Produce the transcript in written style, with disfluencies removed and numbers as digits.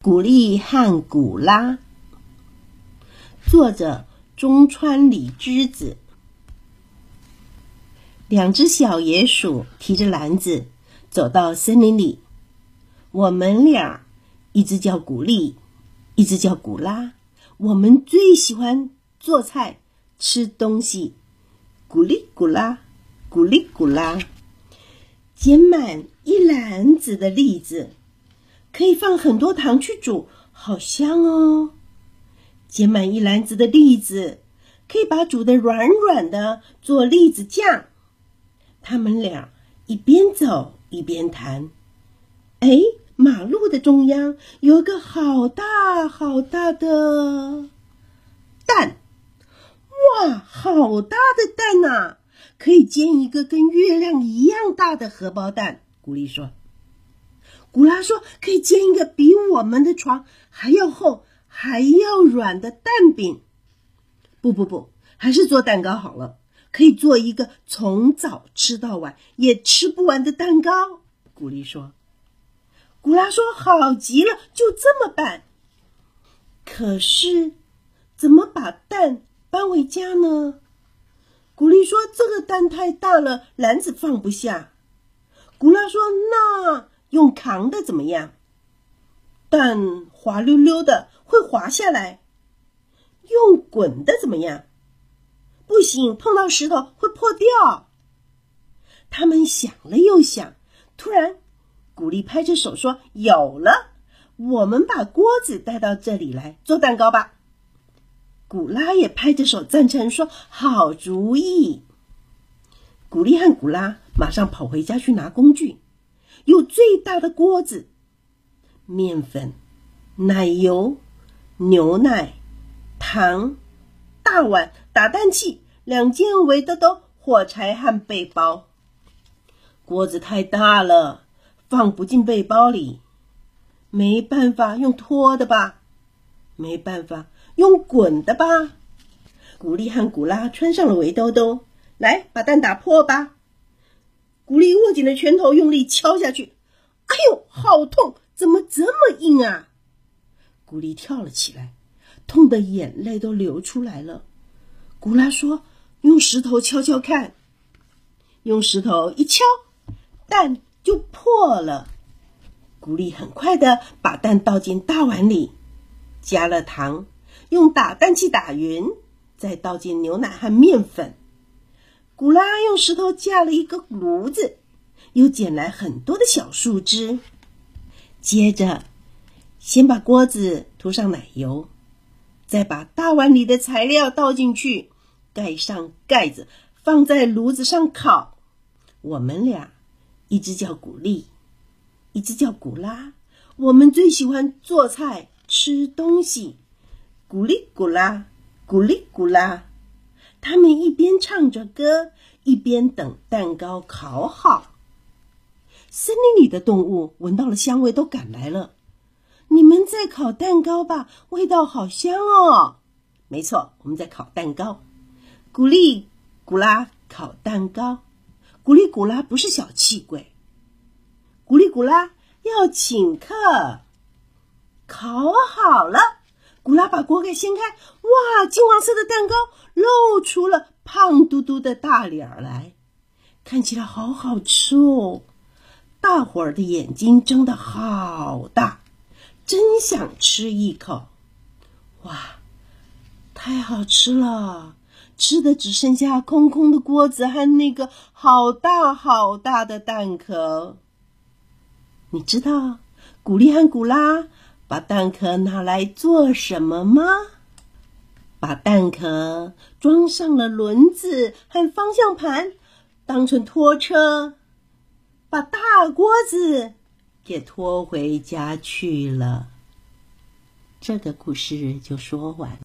古丽和古拉，作者中川里之子。两只小野鼠提着篮子走到森林里，我们俩，一只叫古丽，一只叫古拉，我们最喜欢做菜吃东西，古丽古拉，古丽古拉，捡满一篮子的栗子，可以放很多糖去煮，好香哦。捡满一篮子的栗子，可以把煮得软软的做栗子酱。他们俩一边走一边谈。马路的中央有一个好大好大的蛋，哇，好大的蛋啊，可以煎一个跟月亮一样大的荷包蛋。古丽说。古拉说可以煎一个比我们的床还要厚还要软的蛋饼。不，还是做蛋糕好了，可以做一个从早吃到晚也吃不完的蛋糕。古丽说。古拉说好极了，就这么办。可是怎么把蛋搬回家呢？古丽说这个蛋太大了，篮子放不下。古拉说那用扛的怎么样？蛋滑溜溜的，会滑下来。用滚的怎么样？不行，碰到石头会破掉。他们想了又想，突然古丽拍着手说，有了，我们把锅子带到这里来做蛋糕吧。古拉也拍着手赞成说，好主意。古丽和古拉马上跑回家去拿工具，有最大的锅子，面粉、奶油、牛奶、糖、大碗、打蛋器、2件围兜兜、火柴和背包。锅子太大了，放不进背包里，没办法用拖的吧，没办法用滚的吧。古丽和古拉穿上了围兜兜，来把蛋打破吧。古丽握紧了拳头，用力敲下去，哎呦，好痛，怎么这么硬啊？古丽跳了起来，痛得眼泪都流出来了。古拉说，用石头敲敲看。用石头一敲，蛋就破了。古丽很快的把蛋倒进大碗里，加了糖，用打蛋器打匀，再倒进牛奶和面粉。古拉用石头架了一个炉子，又捡来很多的小树枝。接着先把锅子涂上奶油，再把大碗里的材料倒进去，盖上盖子，放在炉子上烤。我们俩，一只叫古丽，一只叫古拉，我们最喜欢做菜吃东西，古丽古拉，古丽古拉。他们一边唱着歌，一边等蛋糕烤好。森林里的动物闻到了香味，都赶来了。你们在烤蛋糕吧，味道好香哦。没错，我们在烤蛋糕。古丽古拉烤蛋糕。古丽古拉不是小气鬼，古丽古拉要请客。烤好了，古拉把锅盖掀开，哇，金黄色的蛋糕露出了胖嘟嘟的大脸来，看起来好好吃哦。大伙儿的眼睛睁得好大，真想吃一口。哇，太好吃了，吃的只剩下空空的锅子和那个好大好大的蛋壳。你知道古丽和古拉把蛋壳拿来做什么吗？把蛋壳装上了轮子和方向盘，当成拖车，把大锅子给拖回家去了。这个故事就说完。